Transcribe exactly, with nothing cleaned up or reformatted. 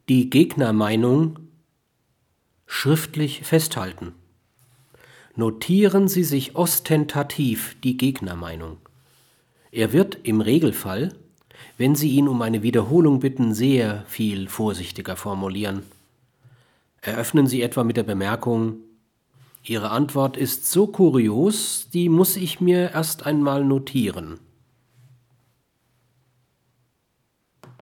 Die Gegnermeinung schriftlich festhalten. Notieren Sie sich ostentativ die Gegnermeinung. Er wird im Regelfall, wenn Sie ihn um eine Wiederholung bitten, sehr viel vorsichtiger formulieren. Eröffnen Sie etwa mit der Bemerkung: Ihre Antwort ist so kurios, die muss ich mir erst einmal notieren.